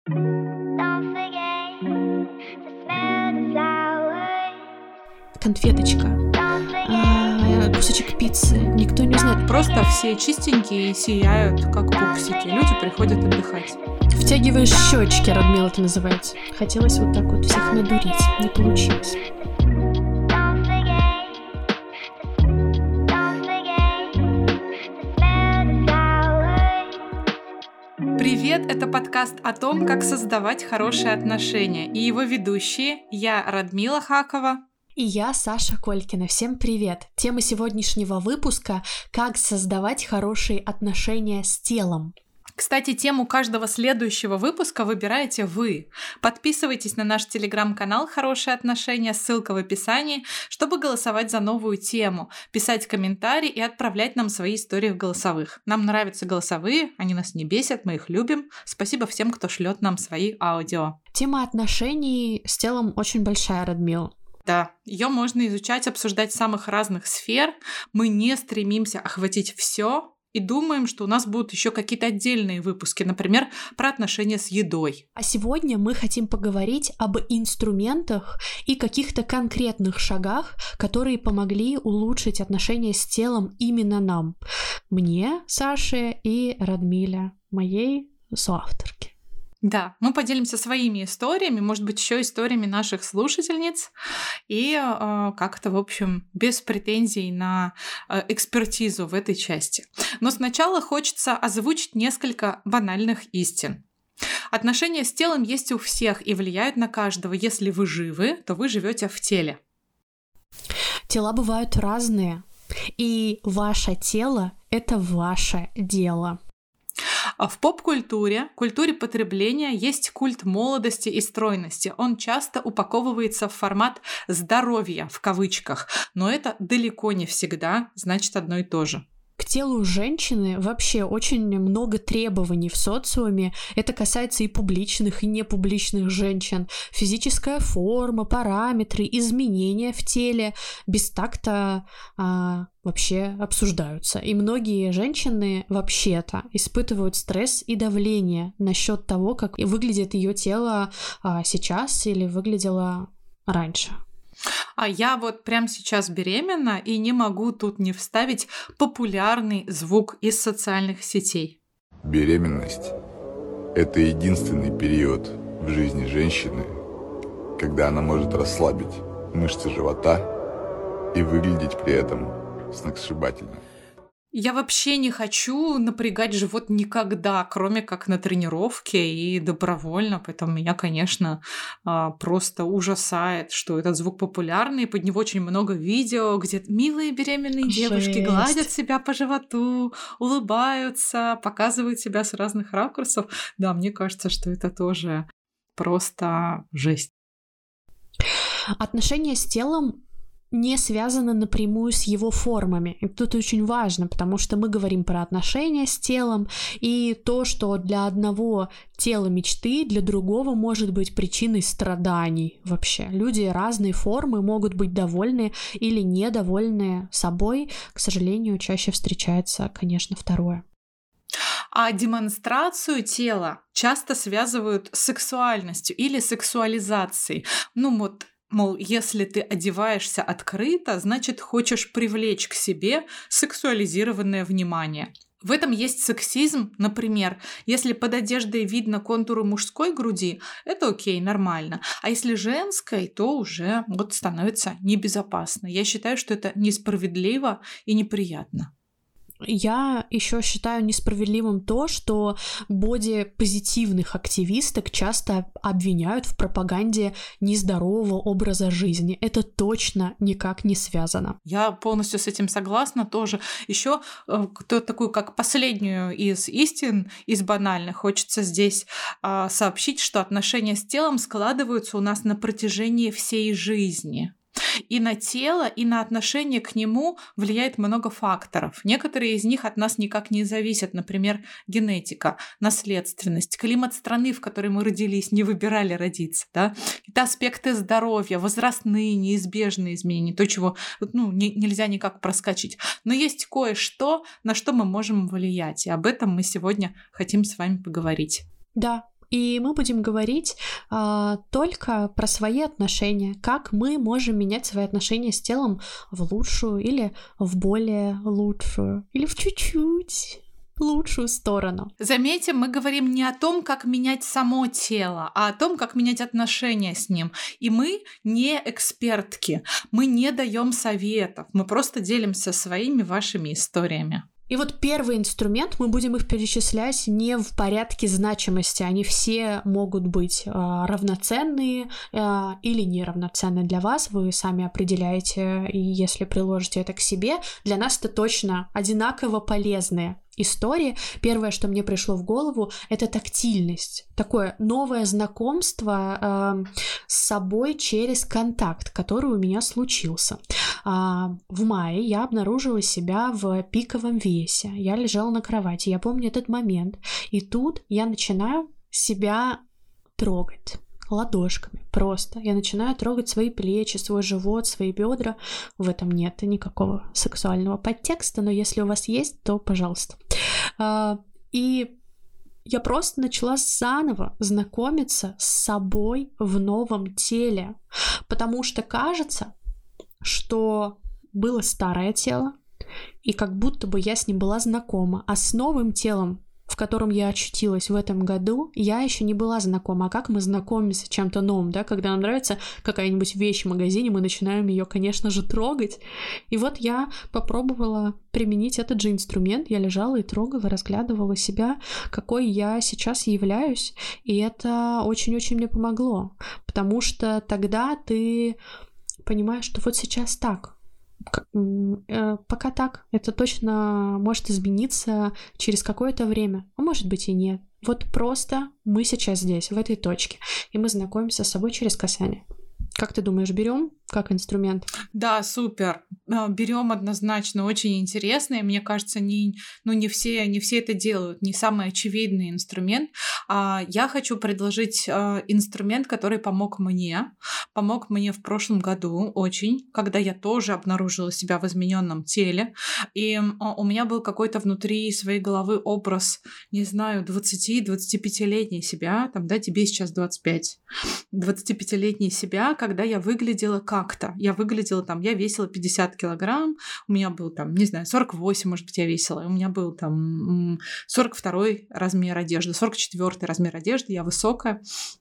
Don't forget to smell the flowers. Конфеточка, Don't forget. кусочек пиццы. Никто не узнает. Просто все чистенькие и сияют, как пупсики. Люди приходят отдыхать. Втягиваешь щечки, Радмила, это называется. Хотелось вот так вот всех надурить. Не получилось. Don't forget. Don't forget to smell the flowers. Привет, это подкаст о том, как создавать хорошие отношения. И его ведущие я, Радмила Хакова. И я, Саша Колькина. Всем привет! Тема сегодняшнего выпуска — как создавать хорошие отношения с телом. Кстати, тему каждого следующего выпуска выбираете вы. Подписывайтесь на наш телеграм-канал «Хорошие отношения», ссылка в описании, чтобы голосовать за новую тему, писать комментарии и отправлять нам свои истории в голосовых. Нам нравятся голосовые, они нас не бесят, мы их любим. Спасибо всем, кто шлет нам свои аудио. Тема отношений с телом очень большая, Радмила. Да, ее можно изучать, обсуждать в самых разных сфер. Мы не стремимся охватить все и думаем, что у нас будут еще какие-то отдельные выпуски, например, про отношения с едой. А сегодня мы хотим поговорить об инструментах и каких-то конкретных шагах, которые помогли улучшить отношения с телом именно нам. Мне, Саше и Радмиле, моей соавторке. Да, мы поделимся своими историями, может быть, еще историями наших слушательниц, и как-то, в общем, без претензий на экспертизу в этой части. Но сначала хочется озвучить несколько банальных истин. Отношения с телом есть у всех и влияют на каждого. Если вы живы, то вы живете в теле. Тела бывают разные, и ваше тело — это ваше дело. В поп-культуре, культуре потребления есть культ молодости и стройности. Он часто упаковывается в формат «здоровья» в кавычках, но это далеко не всегда значит одно и то же. К телу женщины вообще очень много требований в социуме. Это касается и публичных, и непубличных женщин. Физическая форма, параметры, изменения в теле без такта вообще обсуждаются. И многие женщины вообще-то испытывают стресс и давление насчет того, как выглядит ее тело сейчас или выглядело раньше. А я вот прямо сейчас беременна и не могу тут не вставить популярный звук из социальных сетей. Беременность – это единственный период в жизни женщины, когда она может расслабить мышцы живота и выглядеть при этом сногсшибательно. Я вообще не хочу напрягать живот никогда, кроме как на тренировке и добровольно, поэтому меня, конечно, просто ужасает, что этот звук популярный, под него очень много видео, где милые беременные девушки гладят себя по животу, улыбаются, показывают себя с разных ракурсов. Да, мне кажется, что это тоже просто жесть. Отношения с телом не связано напрямую с его формами. И тут очень важно, потому что мы говорим про отношения с телом, и то, что для одного тело мечты, для другого может быть причиной страданий вообще. Люди разной формы могут быть довольны или недовольны собой. К сожалению, чаще встречается, конечно, второе. А демонстрацию тела часто связывают с сексуальностью или сексуализацией. Мол, если ты одеваешься открыто, значит, хочешь привлечь к себе сексуализированное внимание. В этом есть сексизм, например, если под одеждой видно контуры мужской груди, это окей, нормально. А если женской, то уже становится небезопасно. Я считаю, что это несправедливо и неприятно. Я еще считаю несправедливым то, что бодипозитивных активисток часто обвиняют в пропаганде нездорового образа жизни. Это точно никак не связано. Я полностью с этим согласна тоже. Еще такую, как последнюю из истин, из банальных, хочется здесь сообщить, что отношения с телом складываются у нас на протяжении всей жизни. И на тело, и на отношение к нему влияет много факторов. Некоторые из них от нас никак не зависят. Например, генетика, наследственность, климат страны, в которой мы родились, не выбирали родиться. Да? Это аспекты здоровья, возрастные, неизбежные изменения, то, чего нельзя никак проскочить. Но есть кое-что, на что мы можем влиять. И об этом мы сегодня хотим с вами поговорить. Да. И мы будем говорить только про свои отношения, как мы можем менять свои отношения с телом в лучшую или в более лучшую, или в чуть-чуть лучшую сторону. Заметьте, мы говорим не о том, как менять само тело, а о том, как менять отношения с ним. И мы не экспертки, мы не даем советов, мы просто делимся своими вашими историями. И вот первый инструмент, мы будем их перечислять не в порядке значимости, они все могут быть равноценные или неравноценные для вас, вы сами определяете, и если приложите это к себе, для нас это точно одинаково полезные истории. Первое, что мне пришло в голову, это тактильность. Такое новое знакомство с собой через контакт, который у меня случился. В мае я обнаружила себя в пиковом весе. Я лежала на кровати, я помню этот момент. И тут я начинаю себя трогать ладошками просто. Я начинаю трогать свои плечи, свой живот, свои бедра. В этом нет никакого сексуального подтекста, но если у вас есть, то пожалуйста. И я просто начала заново знакомиться с собой в новом теле, потому что кажется, что было старое тело, и как будто бы я с ним была знакома, а с новым телом, в котором я очутилась в этом году, я еще не была знакома. А как мы знакомимся с чем-то новым, да? Когда нам нравится какая-нибудь вещь в магазине, мы начинаем ее, конечно же, трогать. И вот я попробовала применить этот же инструмент. Я лежала и трогала, разглядывала себя, какой я сейчас являюсь. И это очень-очень мне помогло. Потому что тогда ты понимаешь, что вот сейчас так. Пока так. Это точно может измениться через какое-то время. А может быть и нет. Вот просто мы сейчас здесь, в этой точке. И мы знакомимся с собой через касание. Как ты думаешь, берем как инструмент? Да, супер. Берем однозначно, очень интересно. И мне кажется, не все это делают, не самый очевидный инструмент. Я хочу предложить инструмент, который помог мне в прошлом году очень, когда я тоже обнаружила себя в измененном теле. И у меня был какой-то внутри своей головы образ, не знаю, 20-25-летней себя, там, да, тебе сейчас 25. 25-летней себя, когда я выглядела как-то. Я весила 50 килограмм, у меня был там, не знаю, 48, может быть, я весила, у меня был там 42 размер одежды, 44 размер одежды, я высокая.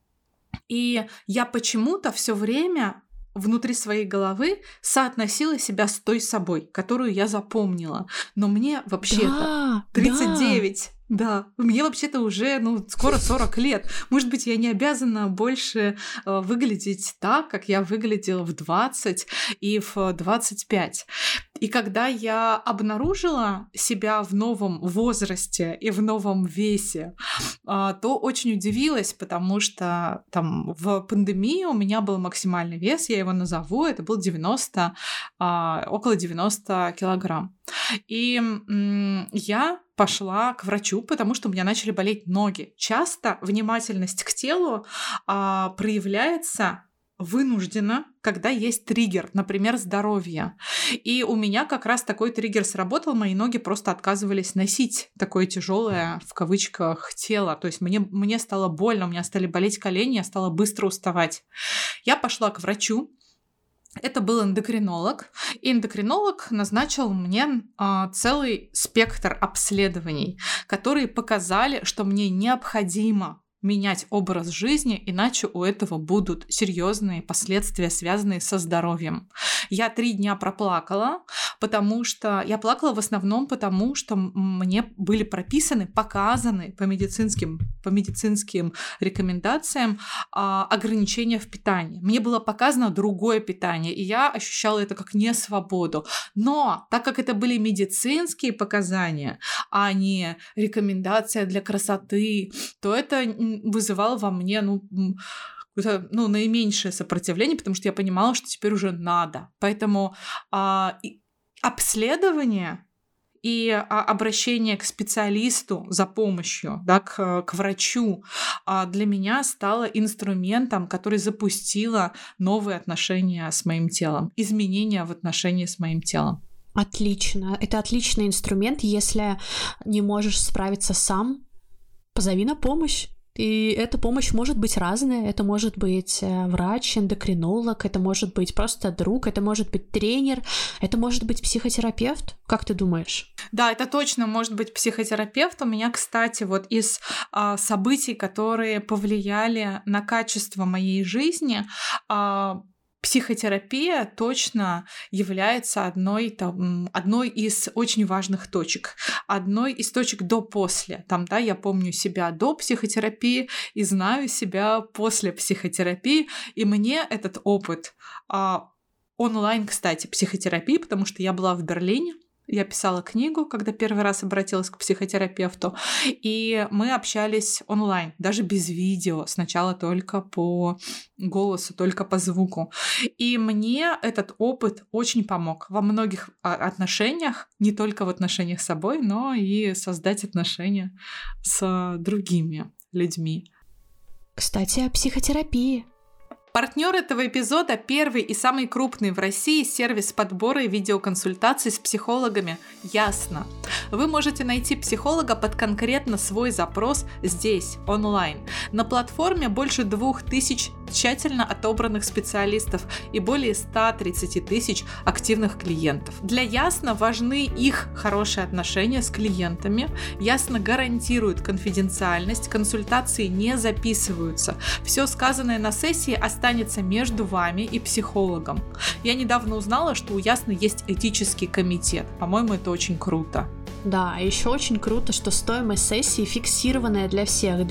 И я почему-то все время внутри своей головы соотносила себя с той собой, которую я запомнила. Но мне вообще-то 39. Да, мне вообще-то уже, скоро 40 лет. Может быть, я не обязана больше выглядеть так, как я выглядела в 20 и в 25. И когда я обнаружила себя в новом возрасте и в новом весе, то очень удивилась, потому что там в пандемии у меня был максимальный вес, я его назову, это был около 90 килограмм. И я пошла к врачу, потому что у меня начали болеть ноги. Часто внимательность к телу проявляется вынужденно, когда есть триггер, например, здоровье. И у меня как раз такой триггер сработал, мои ноги просто отказывались носить такое тяжелое, в кавычках, тело. То есть мне стало больно, у меня стали болеть колени, я стала быстро уставать. Я пошла к врачу. Это был эндокринолог, и эндокринолог назначил мне целый спектр обследований, которые показали, что мне необходимо менять образ жизни, иначе у этого будут серьезные последствия, связанные со здоровьем. Я 3 дня проплакала, потому что я плакала в основном потому, что мне были показаны по медицинским рекомендациям ограничения в питании. Мне было показано другое питание, и я ощущала это как несвободу. Но так как это были медицинские показания, а не рекомендация для красоты, то это вызывало во мне наименьшее сопротивление, потому что я понимала, что теперь уже надо. Поэтому обследование и обращение к специалисту за помощью, да, к врачу для меня стало инструментом, который запустило новые отношения с моим телом, изменения в отношении с моим телом. Отлично. Это отличный инструмент. Если не можешь справиться сам, позови на помощь. И эта помощь может быть разная. Это может быть врач, эндокринолог, это может быть просто друг, это может быть тренер, это может быть психотерапевт. Как ты думаешь? Да, это точно может быть психотерапевт. У меня, кстати, вот из событий, которые повлияли на качество моей жизни, психотерапия точно является одной из очень важных точек. Одной из точек до-после. Там, да, я помню себя до психотерапии и знаю себя после психотерапии. И мне этот опыт онлайн, кстати, психотерапии, потому что я была в Берлине, я писала книгу, когда первый раз обратилась к психотерапевту, и мы общались онлайн, даже без видео, сначала только по голосу, только по звуку. И мне этот опыт очень помог во многих отношениях, не только в отношениях с собой, но и создать отношения с другими людьми. Кстати, о психотерапии. Партнер этого эпизода – первый и самый крупный в России сервис подбора и видеоконсультаций с психологами «Ясно». Вы можете найти психолога под конкретно свой запрос здесь, онлайн. На платформе больше 2000 тщательно отобранных специалистов и более 130 тысяч активных клиентов. Для Ясно важны их хорошие отношения с клиентами. Ясно гарантирует конфиденциальность, консультации не записываются. Все сказанное на сессии останется между вами и психологом. Я недавно узнала, что у Ясно есть этический комитет. По-моему, это очень круто. Да, еще очень круто, что стоимость сессии фиксированная для всех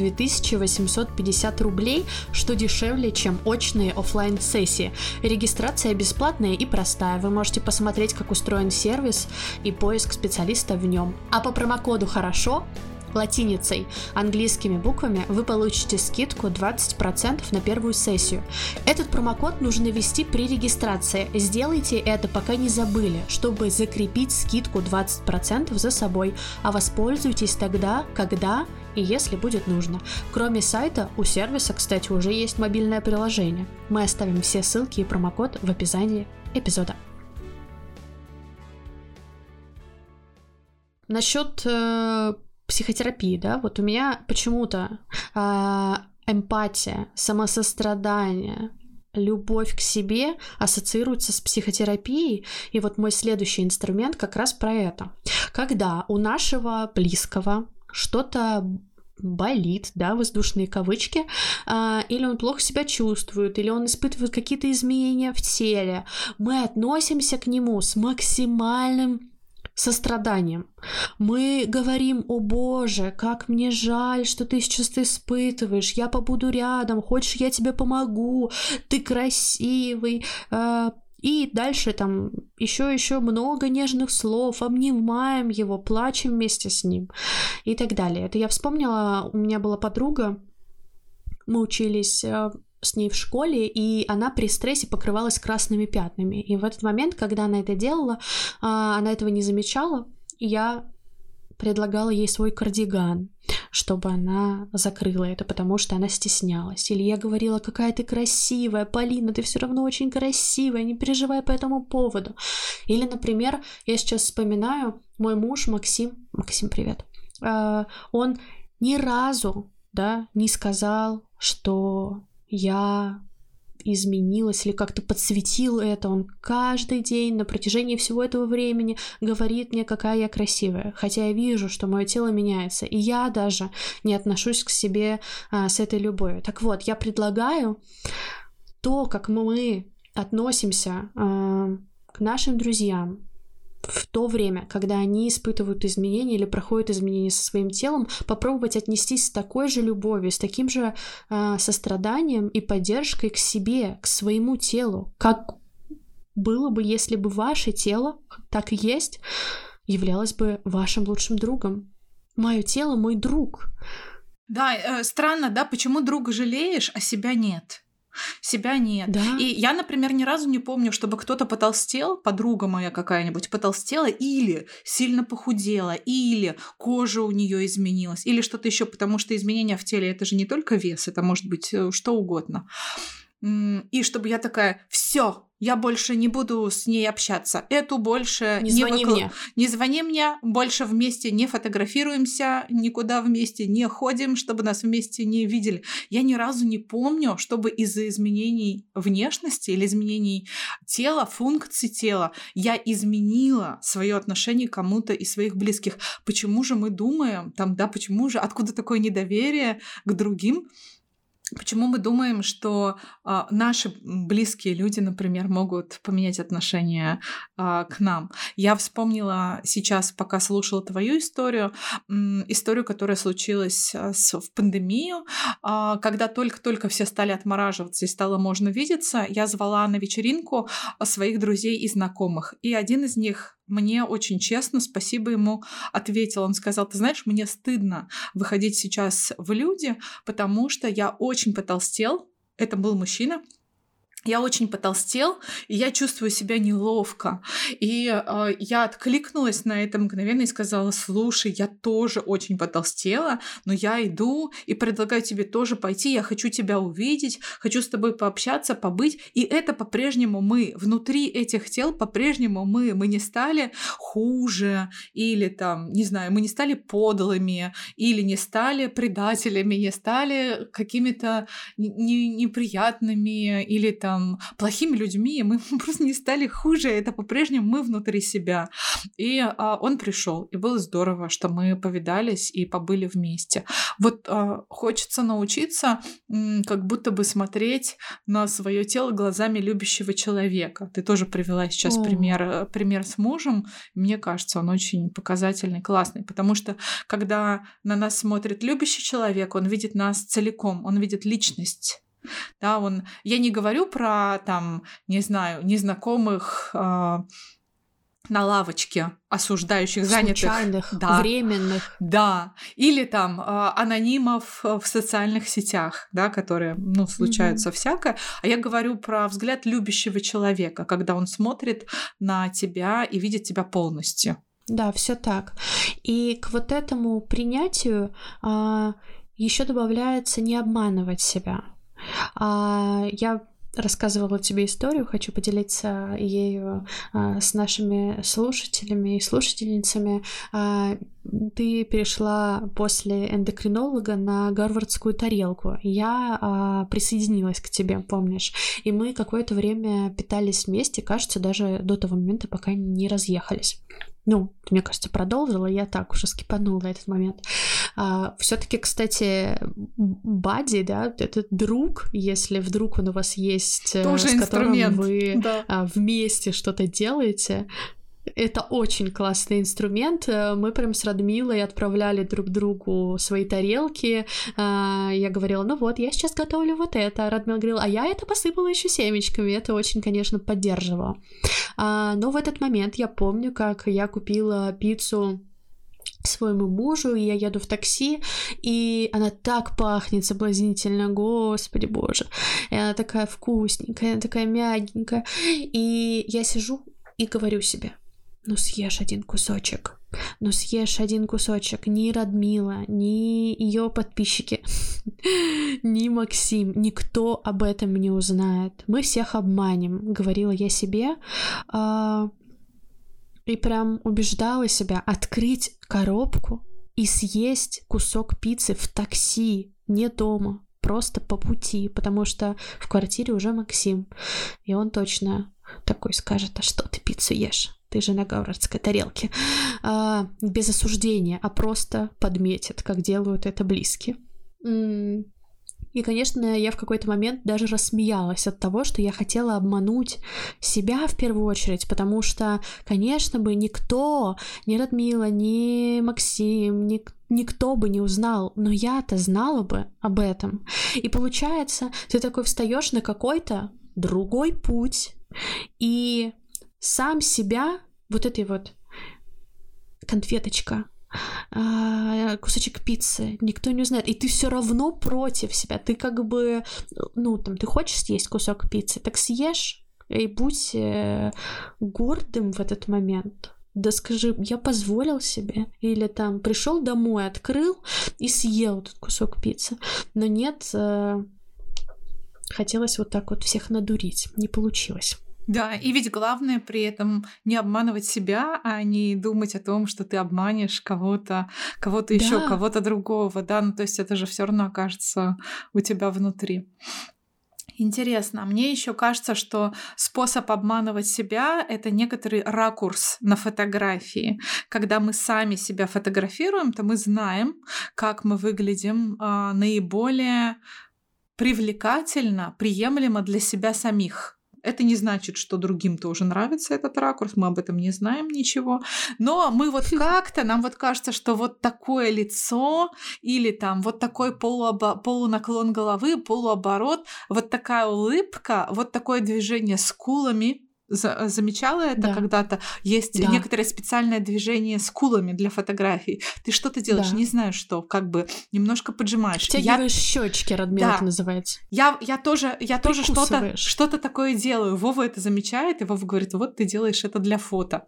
2850 рублей, что дешевле, чем очные офлайн сессии. Регистрация бесплатная и простая. Вы можете посмотреть, как устроен сервис и поиск специалиста в нем. А по промокоду «Хорошо» латиницей, английскими буквами, вы получите скидку 20% на первую сессию. Этот промокод нужно ввести при регистрации. Сделайте это, пока не забыли, чтобы закрепить скидку 20% за собой, а воспользуйтесь тогда, когда и если будет нужно. Кроме сайта, у сервиса, кстати, уже есть мобильное приложение. Мы оставим все ссылки и промокод в описании эпизода. Насчет психотерапии, да, вот у меня почему-то эмпатия, самосострадание, любовь к себе ассоциируется с психотерапией, и вот мой следующий инструмент как раз про это. Когда у нашего близкого что-то болит, да, воздушные кавычки, или он плохо себя чувствует, или он испытывает какие-то изменения в теле, мы относимся к нему с максимальным состраданием. Мы говорим: о боже, как мне жаль, что ты сейчас испытываешь, я побуду рядом, хочешь, я тебе помогу, ты красивый. И дальше там еще много нежных слов, обнимаем его, плачем вместе с ним и так далее. Это я вспомнила, у меня была подруга, мы учились с ней в школе, и она при стрессе покрывалась красными пятнами. И в этот момент, когда она это делала, она этого не замечала, и я предлагала ей свой кардиган, чтобы она закрыла это, потому что она стеснялась. Или я говорила: какая ты красивая, Полина, ты все равно очень красивая, не переживай по этому поводу. Или, например, я сейчас вспоминаю, мой муж Максим, привет, он ни разу, да, не сказал, что я изменилась или как-то подсветил это. Он каждый день на протяжении всего этого времени говорит мне, какая я красивая, хотя я вижу, что мое тело меняется, и я даже не отношусь к себе с этой любовью. Так вот, я предлагаю то, как мы относимся к нашим друзьям в то время, когда они испытывают изменения или проходят изменения со своим телом, попробовать отнестись с такой же любовью, с таким же состраданием и поддержкой к себе, к своему телу, как было бы, если бы ваше тело, так и есть, являлось бы вашим лучшим другом. Мое тело — мой друг. Да, странно, да, почему друга жалеешь, а себя нет? Себя нет. Да. И я, например, ни разу не помню, чтобы кто-то потолстел, подруга моя какая-нибудь потолстела, или сильно похудела, или кожа у нее изменилась, или что-то еще, потому что изменения в теле — это же не только вес, это может быть что угодно. и чтобы я такая: все, я больше не буду с ней общаться, эту больше Не звони мне. не звони мне, больше вместе не фотографируемся, никуда вместе не ходим, чтобы нас вместе не видели. Я ни разу не помню, чтобы из-за изменений внешности или изменений тела, функций тела, я изменила свое отношение к кому-то из своих близких. Почему же мы думаем, почему же, откуда такое недоверие к другим? Почему мы думаем, что наши близкие люди, например, могут поменять отношение к нам? Я вспомнила сейчас, пока слушала твою историю, которая случилась в пандемию, когда только-только все стали отмораживаться и стало можно видеться. Я звала на вечеринку своих друзей и знакомых, и один из них мне очень честно, спасибо ему, ответил. Он сказал: ты знаешь, мне стыдно выходить сейчас в люди, потому что я очень потолстел. Это был мужчина. Я очень потолстел, и я чувствую себя неловко. И я откликнулась на это мгновенно и сказала: слушай, я тоже очень потолстела, но я иду и предлагаю тебе тоже пойти, я хочу тебя увидеть, хочу с тобой пообщаться, побыть. И это по-прежнему мы, внутри этих тел по-прежнему мы не стали хуже, или не знаю, мы не стали подлыми, или не стали предателями, не стали какими-то неприятными, или плохими людьми, мы просто не стали хуже, это по-прежнему мы внутри себя. И он пришел, и было здорово, что мы повидались и побыли вместе. Вот хочется научиться как будто бы смотреть на свое тело глазами любящего человека. Ты тоже привела сейчас пример с мужем. Мне кажется, он очень показательный, классный, потому что когда на нас смотрит любящий человек, он видит нас целиком, он видит личность. Да, я не говорю про, не знаю, незнакомых на лавочке, осуждающих, занятых. Случайных, временных. Да, или анонимов в социальных сетях, да, которые, случаются всякое. А я говорю про взгляд любящего человека, когда он смотрит на тебя и видит тебя полностью. Да, все так. И к вот этому принятию еще добавляется не обманывать себя. Я рассказывала тебе историю, хочу поделиться ею с нашими слушателями и слушательницами. Ты перешла после эндокринолога на гарвардскую тарелку. Я присоединилась к тебе, помнишь? И мы какое-то время питались вместе, кажется, даже до того момента, пока не разъехались. Мне кажется, продолжила, я так уже скипанула этот момент. Все-таки, кстати, бадди, да, это друг, если вдруг он у вас есть, тоже с которым инструмент. вы Да. вместе что-то делаете. Это очень классный инструмент. Мы прям с Радмилой отправляли друг другу свои тарелки. Я говорила: я сейчас готовлю вот это. А Радмила говорила: а я это посыпала еще семечками. Это очень, конечно, поддерживало. Но в этот момент я помню, как я купила пиццу своему мужу, и я еду в такси, и она так пахнет соблазнительно, господи боже. И она такая вкусненькая, она такая мягенькая. И я сижу и говорю себе: съешь один кусочек. Съешь один кусочек. Ни Радмила, ни ее подписчики, ни Максим, никто об этом не узнает. Мы всех обманем, говорила я себе. И прям убеждала себя открыть коробку и съесть кусок пиццы в такси, не дома, просто по пути, потому что в квартире уже Максим, и он точно такой скажет: а что ты пиццу ешь? Ты же на гарвардской тарелке. Без осуждения, а просто подметит, как делают это близкие. И, конечно, я в какой-то момент даже рассмеялась от того, что я хотела обмануть себя в первую очередь, потому что, конечно бы, никто, ни Радмила, ни Максим, никто бы не узнал, но я-то знала бы об этом. И получается, ты такой встаешь на какой-то другой путь, и сам себя, вот этой вот конфеточка, кусочек пиццы, никто не узнает, и ты все равно против себя, ты как бы, ты хочешь съесть кусок пиццы, так съешь и будь гордым в этот момент. Да скажи: я позволил себе. Или пришел домой, открыл и съел этот кусок пиццы. Но нет, Хотелось вот так вот всех надурить. Не получилось. Да, и ведь главное при этом не обманывать себя, а не думать о том, что ты обманешь кого-то еще, Да. кого-то другого, да, ну то есть это же все равно окажется у тебя внутри. Интересно, мне еще кажется, что способ обманывать себя — это некоторый ракурс на фотографии. Когда мы сами себя фотографируем, то мы знаем, как мы выглядим наиболее привлекательно, приемлемо для себя самих. Это не значит, что другим тоже нравится этот ракурс, мы об этом не знаем ничего. Но мы вот как-то, нам вот кажется, что вот такое лицо или там вот такой полунаклон головы, полуоборот, вот такая улыбка, вот такое движение скулами. Замечала это Да. когда-то? Есть Да. некоторое специальное движение скулами для фотографий. Ты что-то делаешь, Да. не знаю что, как бы немножко поджимаешь. Втягиваешь щечки, Радмила, это называется. Я тоже Прикусываешь. что-то такое делаю. Вова это замечает, и Вова говорит: вот ты делаешь это для фото.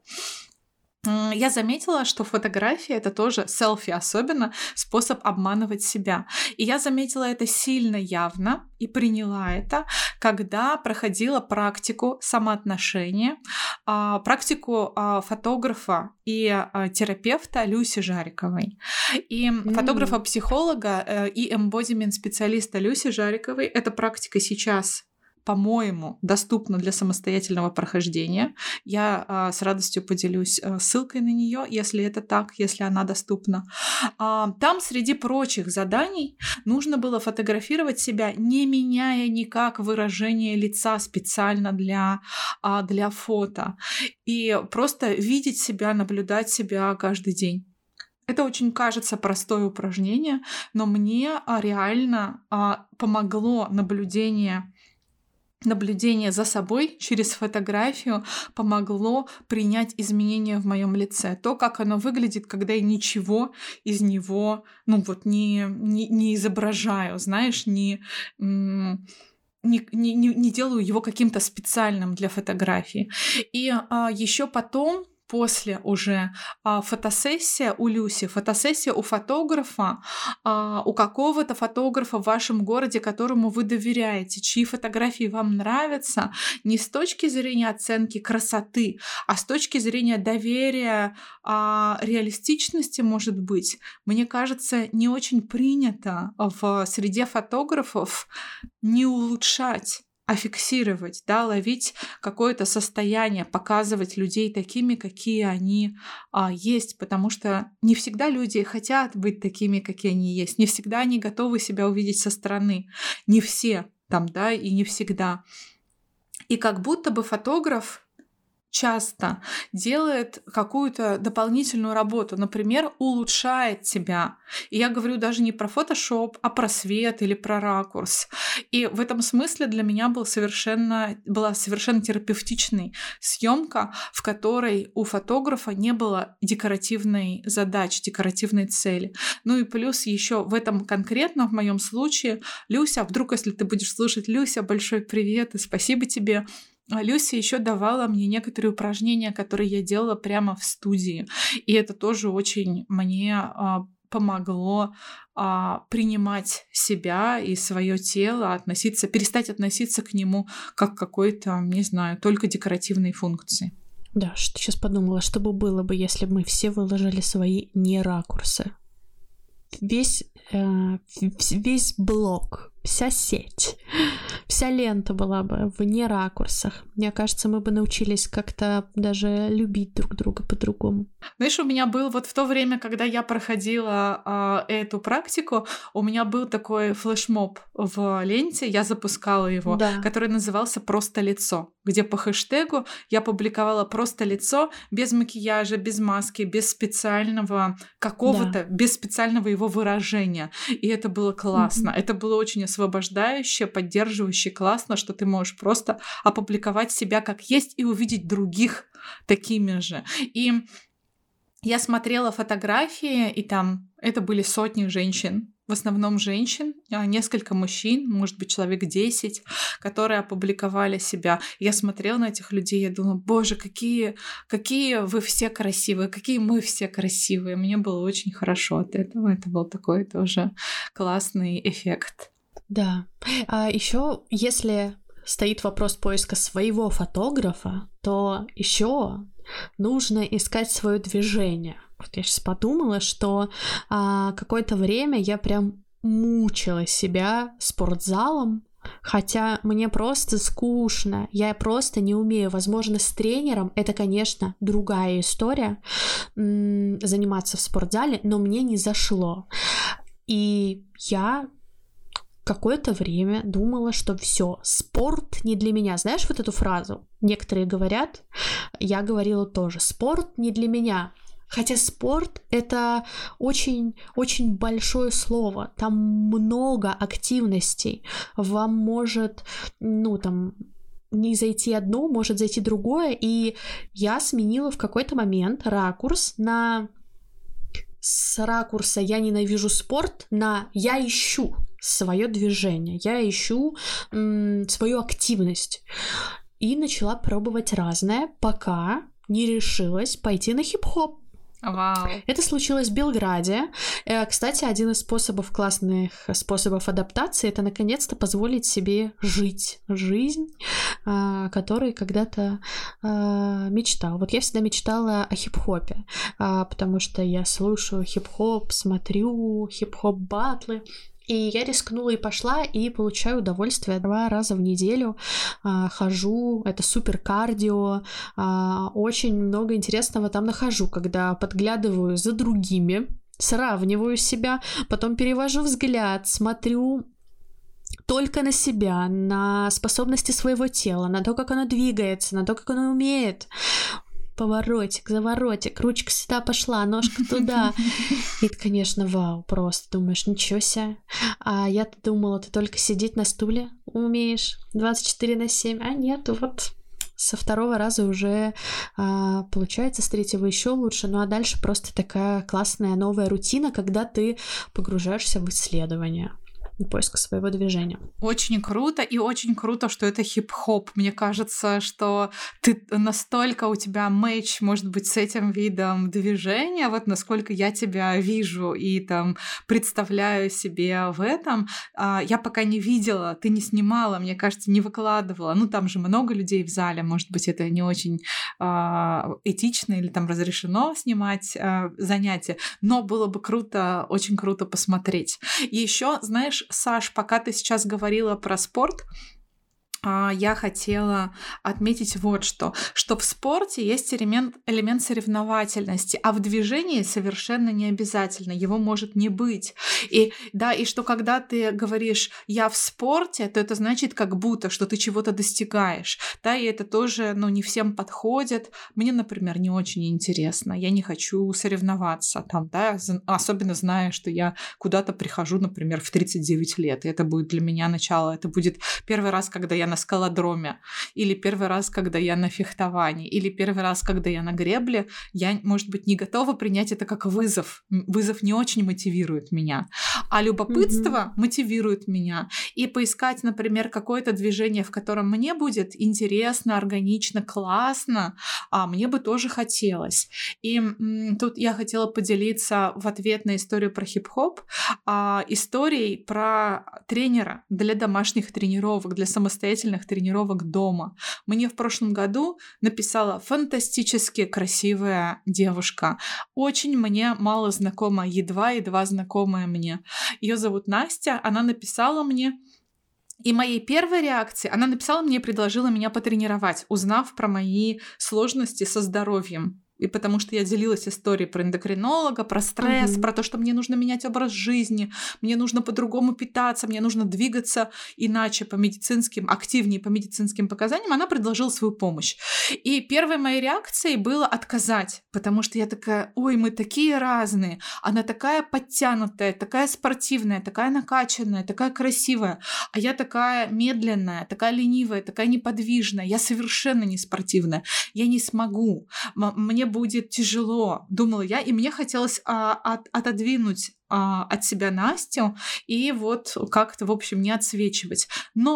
Я заметила, что фотография — это тоже, селфи особенно, способ обманывать себя. И я заметила это сильно явно и приняла это, когда проходила практику самоотношения, практику фотографа и терапевта Люси Жариковой. И фотографа-психолога и эмбодимент-специалиста Люси Жариковой. Эта практика сейчас, по-моему, доступна для самостоятельного прохождения. Я с радостью поделюсь ссылкой на нее, если это так, если она доступна. Там, среди прочих заданий, нужно было фотографировать себя, не меняя никак выражение лица специально для фото. И просто видеть себя, наблюдать себя каждый день. Это очень кажется простое упражнение, но мне реально помогло наблюдение за собой через фотографию, помогло принять изменения в моем лице. То, как оно выглядит, когда я ничего из него, не изображаю, знаешь, не делаю его каким-то специальным для фотографии. И еще потом, после уже фотосессия у Люси, фотосессия у фотографа, у какого-то фотографа в вашем городе, которому вы доверяете, чьи фотографии вам нравятся, не с точки зрения оценки красоты, а с точки зрения доверия, реалистичности, может быть. Мне кажется, не очень принято в среде фотографов не улучшать, а фиксировать, да, ловить какое-то состояние, показывать людей такими, какие они есть, потому что не всегда люди хотят быть такими, какие они есть, не всегда они готовы себя увидеть со стороны, не все там, да, и не всегда. И как будто бы фотограф часто делает какую-то дополнительную работу, например, улучшает тебя. И я говорю даже не про фотошоп, а про свет или про ракурс. И в этом смысле для меня была совершенно терапевтичной съемка, в которой у фотографа не было декоративной задачи, декоративной цели. Ну и плюс еще в этом конкретно, в моем случае, Люся, вдруг, если ты будешь слушать, Люся, большой привет и спасибо тебе. Люся еще давала мне некоторые упражнения, которые я делала прямо в студии. И это тоже очень мне помогло принимать себя и свое тело, перестать относиться к нему как к какой-то, не знаю, только декоративной функции. Да, что сейчас подумала, что бы было бы, если бы мы все выложили свои не-ракурсы. Весь блог, вся сеть, вся лента была бы в не-ракурсах. Мне кажется, мы бы научились как-то даже любить друг друга по-другому. Знаешь, у меня был вот в то время, когда я проходила эту практику, у меня был такой флешмоб в ленте, я запускала его, Да. который назывался «Просто лицо», где по хэштегу я публиковала просто лицо, без макияжа, без маски, без специального какого-то, без специального его выражения. И это было классно. Это было очень освобождающе, поддерживающе, классно, что ты можешь просто опубликовать себя как есть и увидеть других такими же. И я смотрела фотографии, и там это были сотни женщин, в основном женщин, несколько мужчин, может быть, человек 10, которые опубликовали себя. Я смотрела на этих людей, я думала: боже, какие вы все красивые, какие мы все красивые. Мне было очень хорошо от этого. Это был такой тоже классный эффект. Да. А еще, если стоит вопрос поиска своего фотографа, то еще нужно искать свое движение. Вот я сейчас подумала, что какое-то время я прям мучила себя спортзалом, хотя мне просто скучно, я просто не умею. Возможно, с тренером это, конечно, другая история, заниматься в спортзале, но мне не зашло. И я какое-то время думала, что все, спорт не для меня. Знаешь вот эту фразу? Некоторые говорят, я говорила тоже, спорт не для меня. Хотя спорт — это очень-очень большое слово, там много активностей, вам может, не зайти одно, может зайти другое, и я сменила в какой-то момент ракурс с ракурса «я ненавижу спорт» на «я ищу свое движение, я ищу свою активность». И начала пробовать разное, пока не решилась пойти на хип-хоп. Вау. Это случилось в Белграде. Кстати, один из классных способов адаптации — это наконец-то позволить себе жить жизнь, которой когда-то мечтал. Вот я всегда мечтала о хип-хопе, потому что я слушаю хип-хоп, смотрю хип-хоп-баттлы. И я рискнула и пошла, и получаю удовольствие 2 раза в неделю. Хожу, это супер кардио, очень много интересного там нахожу, когда подглядываю за другими, сравниваю себя, потом перевожу взгляд, смотрю только на себя, на способности своего тела, на то, как оно двигается, на то, как оно умеет. Поворотик, заворотик, ручка сюда пошла, ножка туда. И это, конечно, вау, просто думаешь, ничего себе. А я-то думала, ты только сидеть на стуле умеешь 24/7, а нет, вот со 2 раза уже получается, с 3-го еще лучше. Ну а дальше просто такая классная новая рутина, когда ты погружаешься в исследование, поиска своего движения. Очень круто, и очень круто, что это хип-хоп. Мне кажется, что ты настолько у тебя мэч, может быть, с этим видом движения, вот насколько я тебя вижу и там представляю себе в этом. Я пока не видела, ты не снимала, мне кажется, не выкладывала. Ну, там же много людей в зале, может быть, это не очень этично или там разрешено снимать занятия, но было бы круто, очень круто посмотреть. И еще, знаешь, Саш, пока ты сейчас говорила про спорт, я хотела отметить вот что в спорте есть элемент соревновательности, а в движении совершенно не обязательно, его может не быть. И что когда ты говоришь «я в спорте», то это значит как будто, что ты чего-то достигаешь, да, и это тоже, не всем подходит. Мне, например, не очень интересно, я не хочу соревноваться там, да, особенно зная, что я куда-то прихожу, например, в 39 лет, и это будет для меня начало, это будет первый раз, когда я на скалодроме, или первый раз, когда я на фехтовании, или первый раз, когда я на гребле, я, может быть, не готова принять это как вызов. Вызов не очень мотивирует меня, а любопытство мотивирует меня. И поискать, например, какое-то движение, в котором мне будет интересно, органично, классно, мне бы тоже хотелось. И тут я хотела поделиться в ответ на историю про хип-хоп, историей про тренера для домашних тренировок, для самостоятельных тренировок дома. Мне в прошлом году написала фантастически красивая девушка, очень мне мало знакомая, едва знакомая мне. Ее зовут Настя, она написала мне, и моей первой реакцией, она написала мне и предложила меня потренировать, узнав про мои сложности со здоровьем. И потому что я делилась историей про эндокринолога, про стресс, про то, что мне нужно менять образ жизни, мне нужно по-другому питаться, мне нужно двигаться иначе активнее по медицинским показаниям, она предложила свою помощь. И первой моей реакцией было отказать, потому что я такая, ой, мы такие разные, она такая подтянутая, такая спортивная, такая накачанная, такая красивая, а я такая медленная, такая ленивая, такая неподвижная, я совершенно не спортивная, я не смогу, мне будет тяжело, думала я, и мне хотелось отодвинуть от себя Настю и вот как-то, в общем, не отсвечивать. Но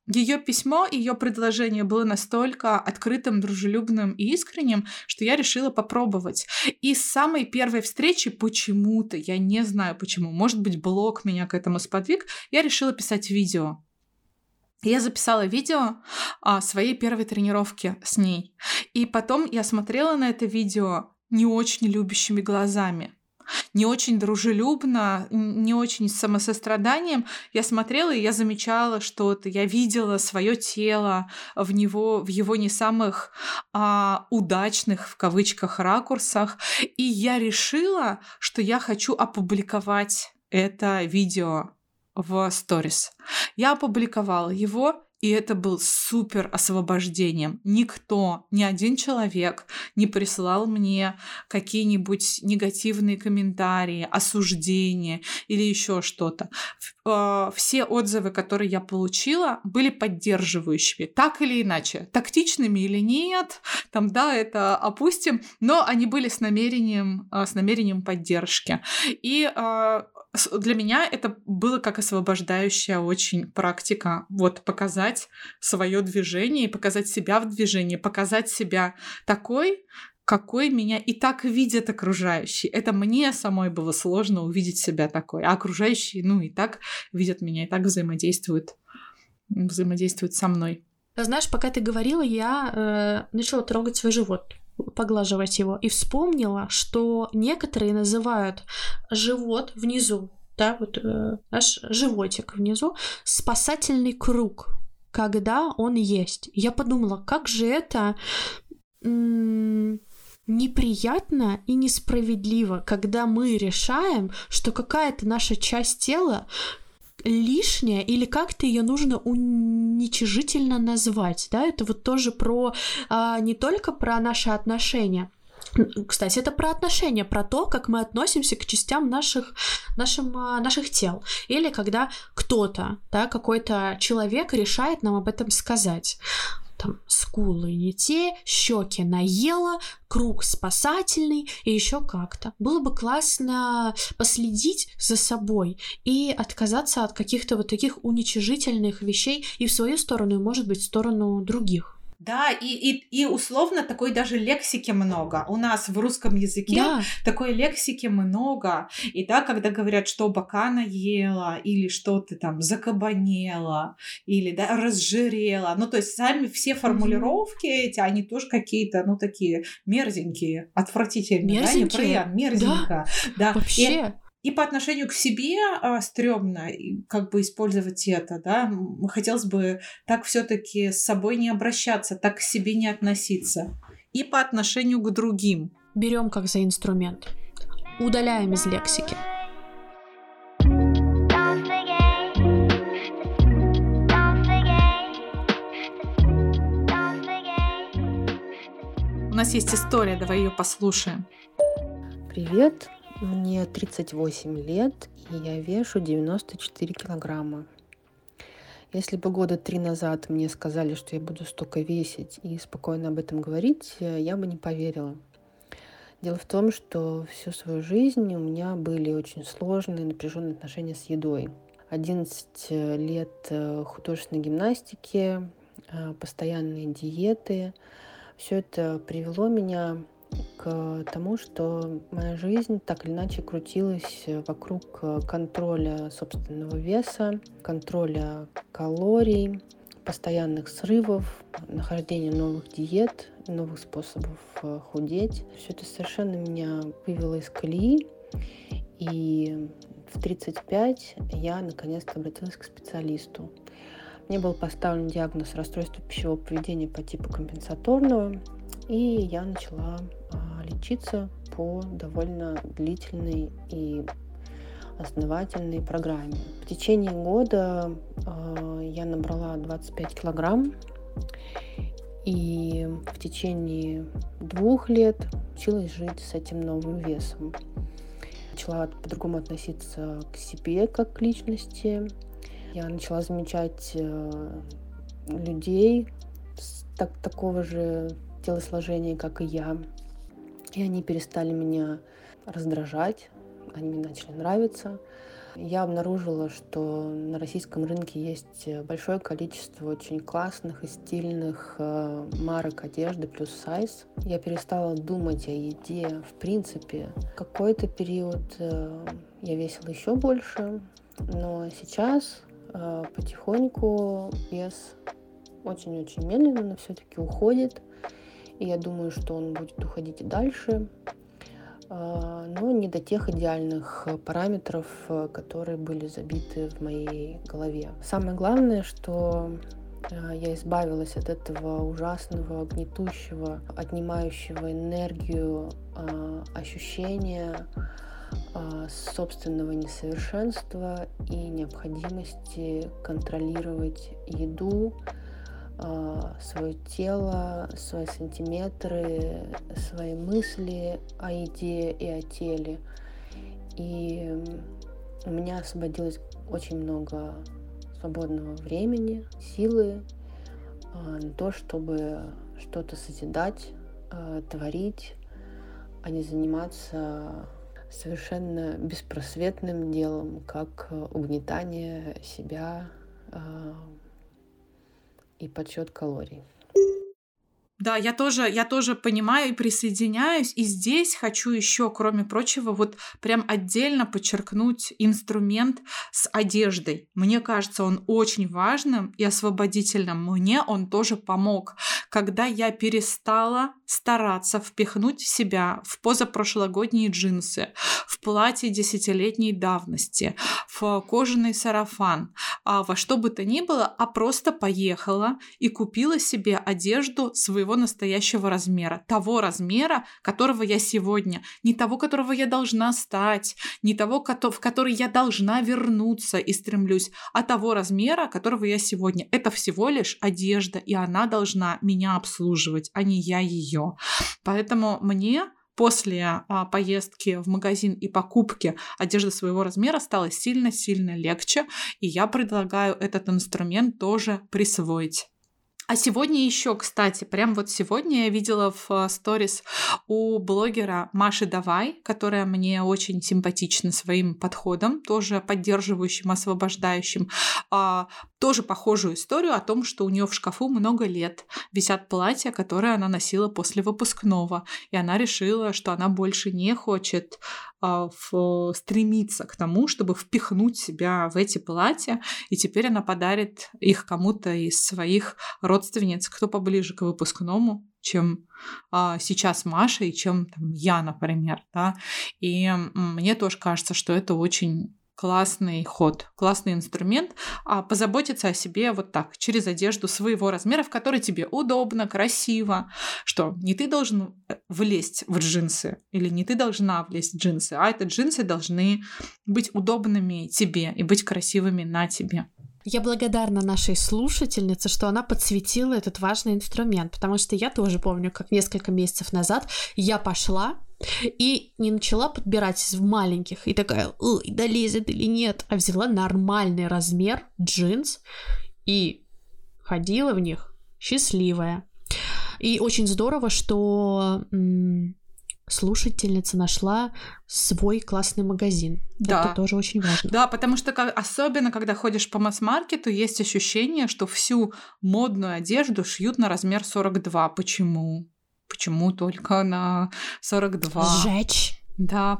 Ее письмо, ее предложение было настолько открытым, дружелюбным и искренним, что я решила попробовать. И с самой первой встречи почему-то, я не знаю почему, может быть, блог меня к этому сподвиг, я решила писать видео. Я записала видео своей первой тренировки с ней. И потом я смотрела на это видео не очень любящими глазами. Не очень дружелюбно, не очень с самосостраданием. Я смотрела, и я замечала что-то. Я видела свое тело в его не самых удачных, в кавычках, ракурсах. И я решила, что я хочу опубликовать это видео в сторис. Я опубликовала его, и это был супер освобождением. Никто, ни один человек не прислал мне какие-нибудь негативные комментарии, осуждения или еще что-то. Все отзывы, которые я получила, были поддерживающими, так или иначе, тактичными или нет, там, да, это опустим, но они были с намерением поддержки. И для меня это было как освобождающая очень практика. Вот показать свое движение, показать себя в движении, показать себя такой, какой меня и так видят окружающие. Это мне самой было сложно увидеть себя такой, а окружающие, и так видят меня, и так взаимодействуют со мной. Знаешь, пока ты говорила, я начала трогать свой живот, поглаживать его, и вспомнила, что некоторые называют живот внизу, да, вот наш животик внизу, спасательный круг, когда он есть. Я подумала, как же это неприятно и несправедливо, когда мы решаем, что какая-то наша часть тела лишняя или как-то ее нужно уничижительно назвать, да, это вот тоже про не только про наши отношения. Кстати, это про отношения, про то, как мы относимся к частям наших тел. Или когда кто-то, да, какой-то человек решает нам об этом сказать. Там скулы не те, щеки наела, круг спасательный и еще как-то. Было бы классно последить за собой и отказаться от каких-то вот таких уничижительных вещей и в свою сторону, и, может быть, в сторону других. Да, и условно такой даже лексики много. У нас в русском языке такой лексики много. И да, когда говорят, что бока наела, или что ты там закабанела, или да, разжирела. То есть сами все формулировки эти, они тоже какие-то, такие мерзенькие, отвратительные. Мерзенькие? Да, мерзенько. Да. Вообще. И по отношению к себе стрёмно как бы использовать это, да. Хотелось бы так все-таки с собой не обращаться, так к себе не относиться. И по отношению к другим. Берем как за инструмент. Удаляем из лексики. У нас есть история, давай ее послушаем. Привет. Мне 38 лет, и я вешу 94 килограмма. Если бы 3 года назад мне сказали, что я буду столько весить и спокойно об этом говорить, я бы не поверила. Дело в том, что всю свою жизнь у меня были очень сложные, напряженные отношения с едой. 11 лет художественной гимнастики, постоянные диеты. Все это привело меня к тому, что моя жизнь так или иначе крутилась вокруг контроля собственного веса, контроля калорий, постоянных срывов, нахождения новых диет, новых способов худеть. Все это совершенно меня вывело из колеи, и в 35 я наконец-то обратилась к специалисту. Мне был поставлен диагноз расстройства пищевого поведения по типу компенсаторного, и я начала лечиться по довольно длительной и основательной программе. В течение года я набрала 25 килограмм, и в течение 2 лет училась жить с этим новым весом. Начала по-другому относиться к себе как к личности. Я начала замечать людей такого же телосложения, как и я. И они перестали меня раздражать, они мне начали нравиться. я обнаружила, что на российском рынке есть большое количество очень классных и стильных марок одежды плюс сайз. Я перестала думать о еде в принципе. Какой-то период я весила еще больше, но сейчас потихоньку вес очень-очень медленно, но все-таки уходит. И я думаю, что он будет уходить и дальше, но не до тех идеальных параметров, которые были забиты в моей голове. Самое главное, что я избавилась от этого ужасного, гнетущего, отнимающего энергию ощущения собственного несовершенства и необходимости контролировать еду, свое тело, свои сантиметры, свои мысли о еде и о теле. И у меня освободилось очень много свободного времени, силы на то, чтобы что-то созидать, творить, а не заниматься совершенно беспросветным делом, как угнетание себя и подсчет калорий. Да, я тоже понимаю и присоединяюсь. И здесь хочу еще, кроме прочего, вот прям отдельно подчеркнуть инструмент с одеждой. Мне кажется, он очень важным и освободительным. Мне он тоже помог, когда я перестала стараться впихнуть себя в позапрошлогодние джинсы, в платье 10-летней давности, в кожаный сарафан, во что бы то ни было, а просто поехала и купила себе одежду своего настоящего размера, того размера, которого я сегодня, не того, которого я должна стать, не того, в который я должна вернуться и стремлюсь, а того размера, которого я сегодня. Это всего лишь одежда, и она должна меня обслуживать, а не я ее. Поэтому мне после поездки в магазин и покупки одежды своего размера стало сильно-сильно легче, и я предлагаю этот инструмент тоже присвоить. А сегодня еще, кстати, прям вот сегодня я видела в сторис у блогера Маши Давай, которая мне очень симпатична своим подходом, тоже поддерживающим, освобождающим, тоже похожую историю о том, что у нее в шкафу много лет висят платья, которые она носила после выпускного, и она решила, что она больше не хочет стремиться к тому, чтобы впихнуть себя в эти платья, и теперь она подарит их кому-то из своих родственниц, кто поближе к выпускному, чем сейчас Маша и чем там, я, например. Да? И мне тоже кажется, что это очень классный ход, классный инструмент, позаботиться о себе вот так, через одежду своего размера, в которой тебе удобно, красиво, что не ты должен влезть в джинсы или не ты должна влезть в джинсы, а это джинсы должны быть удобными тебе и быть красивыми на тебе. Я благодарна нашей слушательнице, что она подсветила этот важный инструмент, потому что я тоже помню, как несколько месяцев назад я пошла и не начала подбирать в маленьких, и такая, долезет или нет, а взяла нормальный размер джинс и ходила в них счастливая. И очень здорово, что слушательница нашла свой классный магазин. Да. Это тоже очень важно. Да, потому что особенно, когда ходишь по масс-маркету, есть ощущение, что всю модную одежду шьют на размер 42. Почему? Почему только на 42? Сжечь. Да,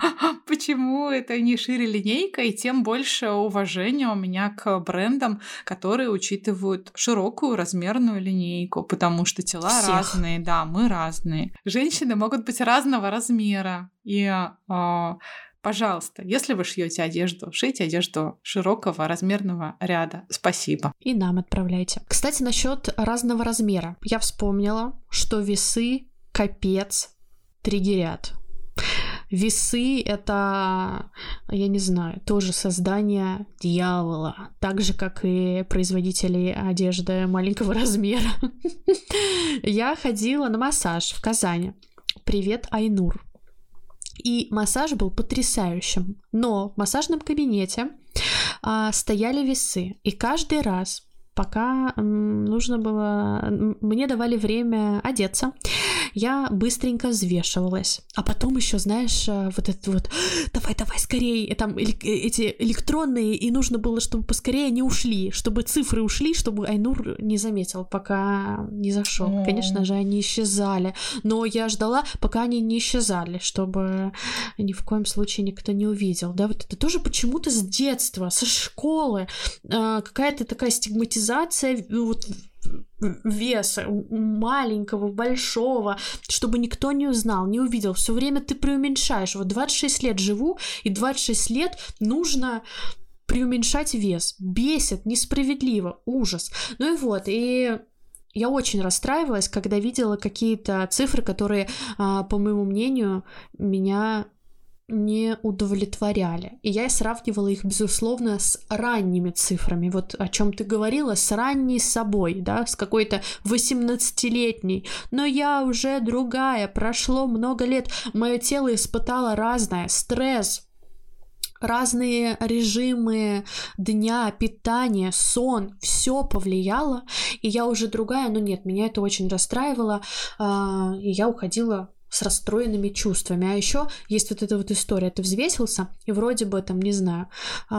почему это не шире линейка, и тем больше уважения у меня к брендам, которые учитывают широкую размерную линейку, потому что тела разные, да, мы разные. Женщины могут быть разного размера, и пожалуйста, если вы шьете одежду, шейте одежду широкого размерного ряда. Спасибо. И нам отправляйте. Кстати, насчет разного размера. Я вспомнила, что весы капец триггерят. Весы — это, я не знаю, тоже создание дьявола, так же, как и производители одежды маленького размера. Я ходила на массаж в Казани. Привет, Айнур. И массаж был потрясающим, но в массажном кабинете стояли весы, и каждый раз, пока нужно было, мне давали время одеться, я быстренько взвешивалась. А потом еще, знаешь, вот это вот, давай скорее, там эти электронные, и нужно было, чтобы поскорее они ушли, чтобы цифры ушли, чтобы Айнур не заметил, пока не зашел. Конечно же, они исчезали, но я ждала, пока они не исчезали, чтобы ни в коем случае никто не увидел. Да, вот это тоже почему-то с детства, со школы какая-то такая стигматизация вот веса маленького, большого, чтобы никто не узнал, не увидел. Все время ты преуменьшаешь. Вот 26 лет живу, и 26 лет нужно преуменьшать вес. Бесит, несправедливо, ужас. Ну и вот, и я очень расстраивалась, когда видела какие-то цифры, которые, по моему мнению, меня не удовлетворяли. И я сравнивала их, безусловно, с ранними цифрами. Вот о чем ты говорила, с ранней собой, да, с какой-то 18-летней. Но я уже другая, прошло много лет, мое тело испытало разное, стресс, разные режимы дня, питания, сон, все повлияло, и я уже другая, но нет, меня это очень расстраивало, и я уходила с расстроенными чувствами. А еще есть вот эта вот история, ты взвесился, и вроде бы там, не знаю,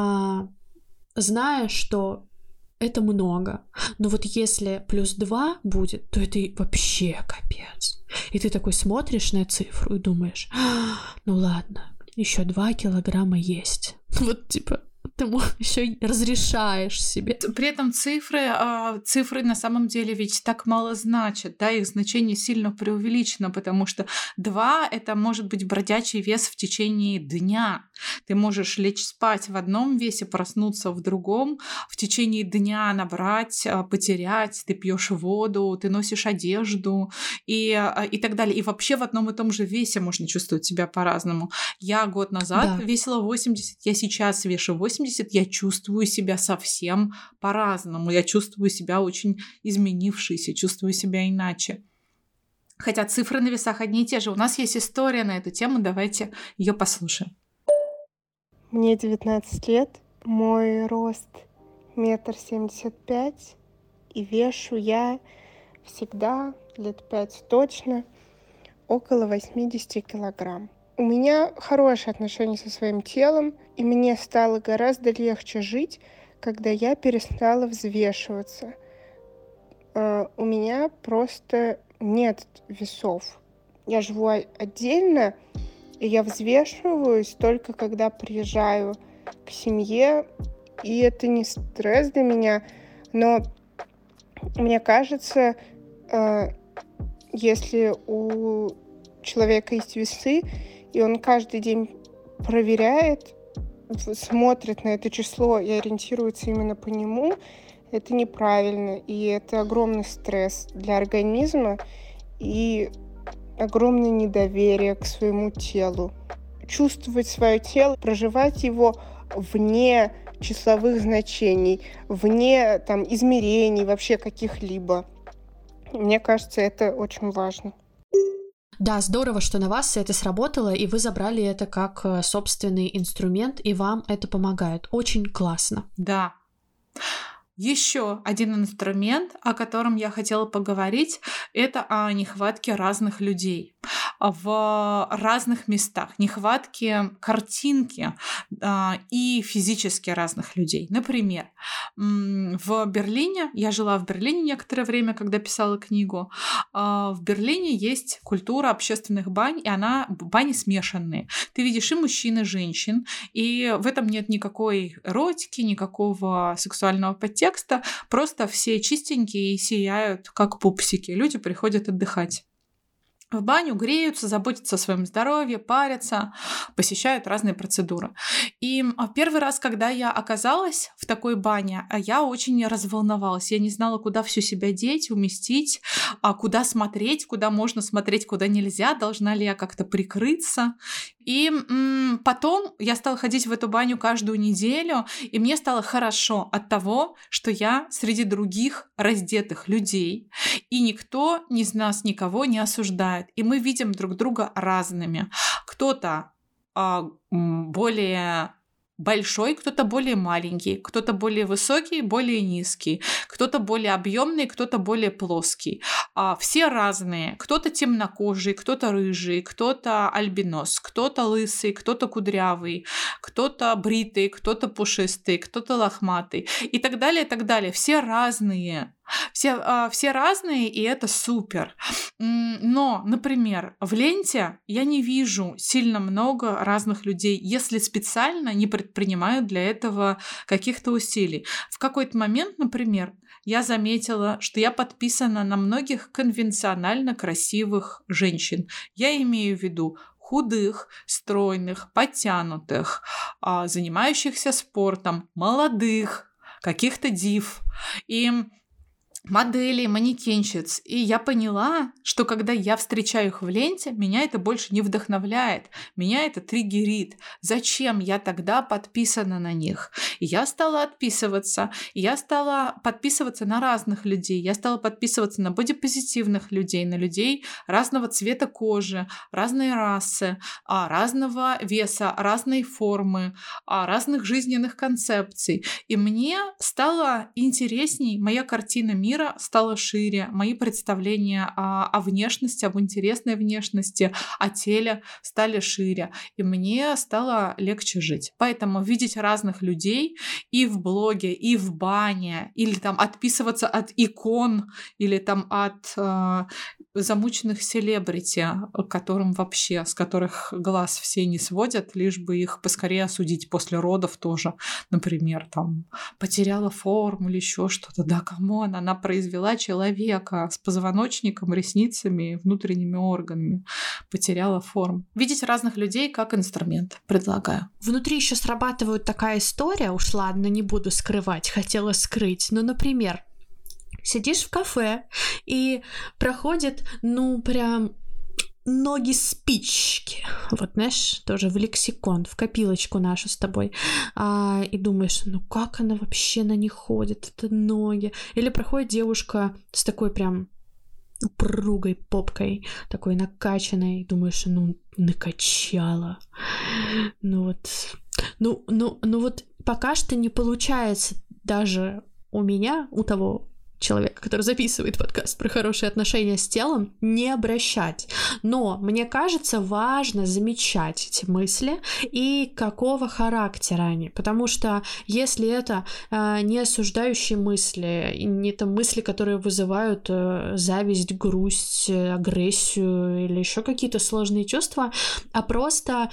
зная, что это много, но вот если +2 будет, то это вообще капец. И ты такой смотришь на цифру и думаешь, ну ладно, еще 2 килограмма есть. Вот типа ты еще разрешаешь себе. При этом цифры на самом деле ведь так мало значат, да, их значение сильно преувеличено, потому что 2 — это может быть бродячий вес в течение дня. Ты можешь лечь спать в одном весе, проснуться в другом, в течение дня набрать, потерять, ты пьешь воду, ты носишь одежду и так далее. И вообще в одном и том же весе можно чувствовать себя по-разному. Я год назад весила 80, я сейчас вешу 80, я чувствую себя совсем по-разному. Я чувствую себя очень изменившейся, чувствую себя иначе. Хотя цифры на весах одни и те же. У нас есть история на эту тему, давайте ее послушаем. Мне 19 лет, мой рост 1,75 м, и вешу я всегда, лет 5 точно, около 80 килограмм. У меня хорошие отношения со своим телом, и мне стало гораздо легче жить, когда я перестала взвешиваться. У меня просто нет весов. Я живу отдельно, и я взвешиваюсь только когда приезжаю к семье, и это не стресс для меня, но мне кажется, если у человека есть весы, и он каждый день проверяет, смотрит на это число и ориентируется именно по нему, это неправильно, и это огромный стресс для организма и огромное недоверие к своему телу. Чувствовать свое тело, проживать его вне числовых значений, вне там измерений вообще каких-либо. Мне кажется, это очень важно. Да, здорово, что на вас это сработало, и вы забрали это как собственный инструмент, и вам это помогает. Очень классно. Да. Еще один инструмент, о котором я хотела поговорить, это о нехватке разных людей в разных местах, нехватке картинки и физически разных людей. Например, в Берлине, я жила в Берлине некоторое время, когда писала книгу, в Берлине есть культура общественных бань, и бани смешанные. Ты видишь и мужчин, и женщин, и в этом нет никакой эротики, никакого сексуального подтекста, просто все чистенькие и сияют, как пупсики. Люди приходят отдыхать. В баню греются, заботятся о своем здоровье, парятся, посещают разные процедуры. И первый раз, когда я оказалась в такой бане, я очень разволновалась. Я не знала, куда всю себя деть, уместить, куда смотреть, куда можно смотреть, куда нельзя, должна ли я как-то прикрыться. И потом я стала ходить в эту баню каждую неделю, и мне стало хорошо от того, что я среди других раздетых людей, и никто из нас никого не осуждает. И мы видим друг друга разными. Кто-то более большой, кто-то более маленький, кто-то более высокий, более низкий, кто-то более объемный, кто-то более плоский. Все разные. Кто-то темнокожий, кто-то рыжий, кто-то альбинос, кто-то лысый, кто-то кудрявый, кто-то бритый, кто-то пушистый, кто-то лохматый и так далее, и так далее. Все разные. Все разные, и это супер. Но, например, в ленте я не вижу сильно много разных людей, если специально не предпринимают для этого каких-то усилий. В какой-то момент, например, я заметила, что я подписана на многих конвенционально красивых женщин. Я имею в виду худых, стройных, подтянутых, занимающихся спортом, молодых, каких-то див. И моделей, манекенщиц. И я поняла, что когда я встречаю их в ленте, меня это больше не вдохновляет, меня это триггерит. Зачем я тогда подписана на них? И я стала отписываться, и я стала подписываться на разных людей, я стала подписываться на бодипозитивных людей, на людей разного цвета кожи, разной расы, разного веса, разной формы, разных жизненных концепций. И мне стало интересней, моя картина мира стала шире, мои представления о внешности, об интересной внешности, о теле стали шире, и мне стало легче жить. Поэтому видеть разных людей и в блоге, и в бане, или там отписываться от икон, или там от замученных селебрити, с которых глаз все не сводят, лишь бы их поскорее осудить после родов тоже, например, там потеряла форму или еще что-то. Да, камон, она произвела человека с позвоночником, ресницами, внутренними органами, потеряла форму. Видеть разных людей как инструмент, предлагаю. Внутри еще срабатывает такая история, уж ладно, не буду скрывать, хотела скрыть, но, например, сидишь в кафе и проходит, прям ноги спички. Вот, знаешь, тоже в лексикон, в копилочку нашу с тобой. И думаешь, как она вообще на них ходит, это ноги. Или проходит девушка с такой прям упругой попкой, такой накачанной. Думаешь, накачала. Вот пока что не получается даже у меня, у того человека, который записывает подкаст про хорошие отношения с телом, не обращать. Но мне кажется, важно замечать эти мысли и какого характера они. Потому что если это не осуждающие мысли, не там мысли, которые вызывают зависть, грусть, агрессию или еще какие-то сложные чувства, а просто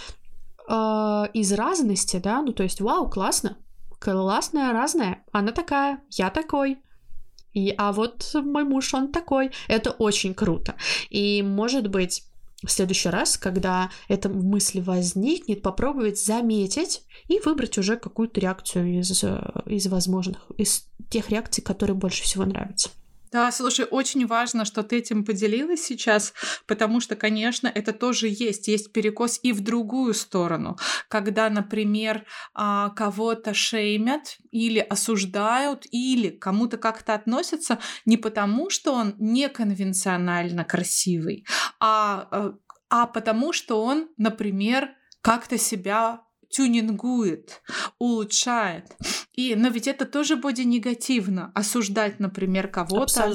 из разности, да, то есть, вау, классно, классная, разная, она такая, я такой. А вот мой муж, он такой. Это очень круто. И, может быть, в следующий раз, когда эта мысль возникнет, попробовать заметить и выбрать уже какую-то реакцию из возможных, из тех реакций, которые больше всего нравятся. Да, слушай, очень важно, что ты этим поделилась сейчас, потому что, конечно, это тоже есть перекос и в другую сторону, когда, например, кого-то шеймят или осуждают, или к кому-то как-то относятся не потому, что он неконвенционально красивый, а потому, что он, например, как-то себя тюнингует, улучшает. Но ведь это тоже боди-негативно. Осуждать, например, кого-то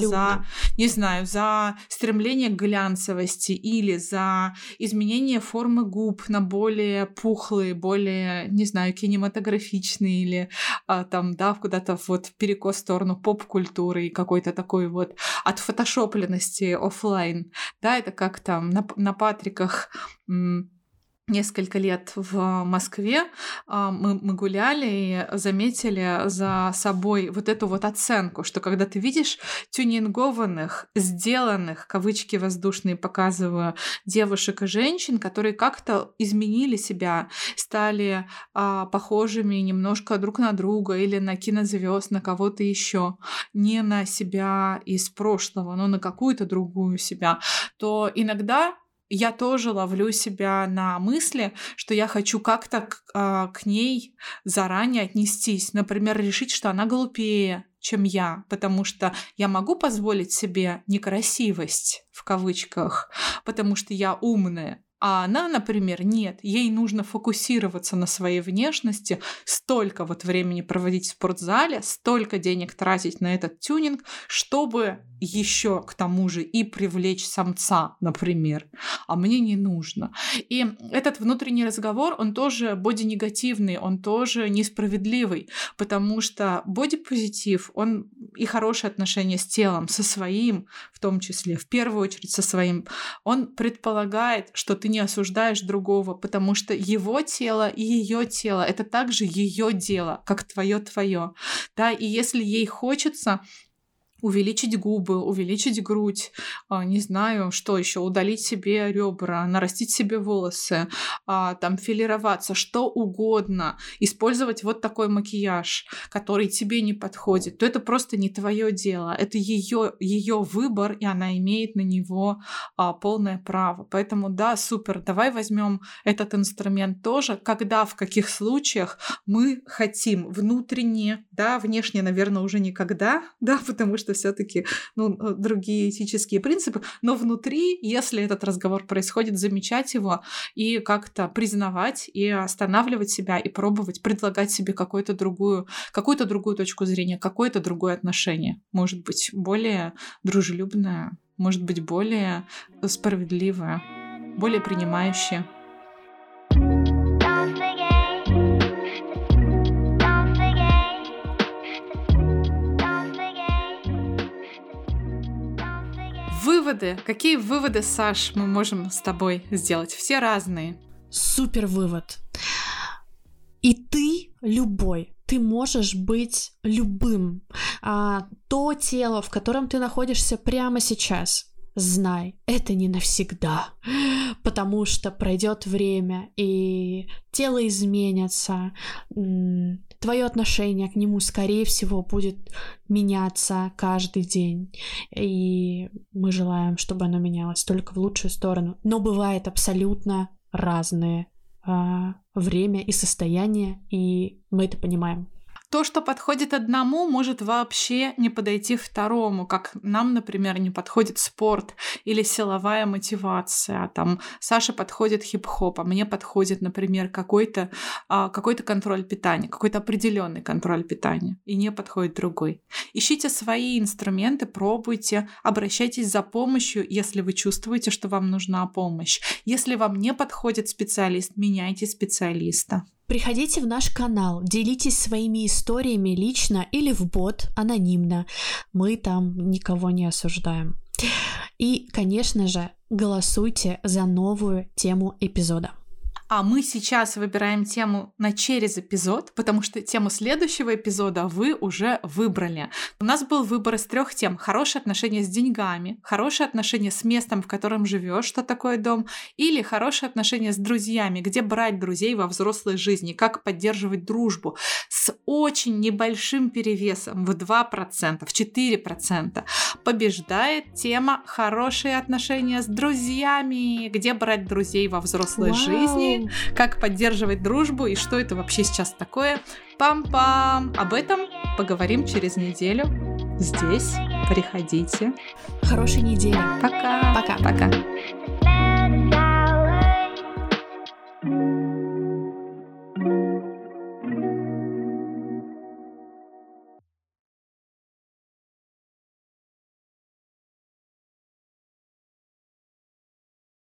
за стремление к глянцевости или за изменение формы губ на более пухлые, более, кинематографичные или куда-то в перекос в сторону поп-культуры и какой-то такой вот отфотошопленности офлайн. Да, это как там на Патриках несколько лет в Москве мы гуляли и заметили за собой вот эту вот оценку, что когда ты видишь тюнингованных, сделанных, кавычки воздушные показываю, девушек и женщин, которые как-то изменили себя, стали похожими немножко друг на друга или на кинозвезд, на кого-то еще, не на себя из прошлого, но на какую-то другую себя, то иногда я тоже ловлю себя на мысли, что я хочу как-то к ней заранее отнестись. Например, решить, что она глупее, чем я, потому что я могу позволить себе некрасивость, в кавычках, потому что я умная. А она, например, нет, ей нужно фокусироваться на своей внешности, столько вот времени проводить в спортзале, столько денег тратить на этот тюнинг, чтобы еще к тому же и привлечь самца, например, а мне не нужно. И этот внутренний разговор, он тоже бодинегативный, он тоже несправедливый, потому что бодипозитив, он и хорошие отношения с телом, со своим, в том числе, в первую очередь со своим, он предполагает, что ты не осуждаешь другого, потому что его тело и ее тело — это также ее дело, как твое. Да, и если ей хочется увеличить губы, увеличить грудь, не знаю, что еще, удалить себе ребра, нарастить себе волосы, там филироваться, что угодно, использовать вот такой макияж, который тебе не подходит, то это просто не твое дело, это ее выбор, и она имеет на него полное право. Поэтому да, супер, давай возьмем этот инструмент тоже, когда, в каких случаях мы хотим внутренне, да, внешне, наверное, уже никогда, да, потому что все-таки другие этические принципы, но внутри, если этот разговор происходит, замечать его и как-то признавать и останавливать себя и пробовать предлагать себе какую-то другую точку зрения, какое-то другое отношение, может быть, более дружелюбное, может быть, более справедливое, более принимающее. Выводы. Какие выводы, Саш, мы можем с тобой сделать? Все разные. Супер вывод. И ты любой. Ты можешь быть любым. То тело, в котором ты находишься прямо сейчас, знай, это не навсегда, потому что пройдет время, и тело изменится, твое отношение к нему, скорее всего, будет меняться каждый день, и мы желаем, чтобы оно менялось только в лучшую сторону, но бывает абсолютно разные время и состояние, и мы это понимаем. То, что подходит одному, может вообще не подойти второму, как нам, например, не подходит спорт или силовая мотивация. Там Саше подходит хип-хоп, а мне подходит, например, какой-то контроль питания, какой-то определенный контроль питания, и не подходит другой. Ищите свои инструменты, пробуйте, обращайтесь за помощью, если вы чувствуете, что вам нужна помощь. Если вам не подходит специалист, меняйте специалиста. Приходите в наш канал, делитесь своими историями лично или в бот, анонимно. Мы там никого не осуждаем. И, конечно же, голосуйте за новую тему эпизода. А мы сейчас выбираем тему на через эпизод, потому что тему следующего эпизода вы уже выбрали. У нас был выбор из 3 тем. Хорошие отношения с деньгами, хорошие отношения с местом, в котором живешь, что такое дом, или хорошие отношения с друзьями, где брать друзей во взрослой жизни, как поддерживать дружбу. С очень небольшим перевесом в 2%, в 4% побеждает тема «Хорошие отношения с друзьями», где брать друзей во взрослой жизни, как поддерживать дружбу и что это вообще сейчас такое. Пам-пам! Об этом поговорим через неделю. Здесь приходите. Хорошей недели. Пока. Пока. Пока.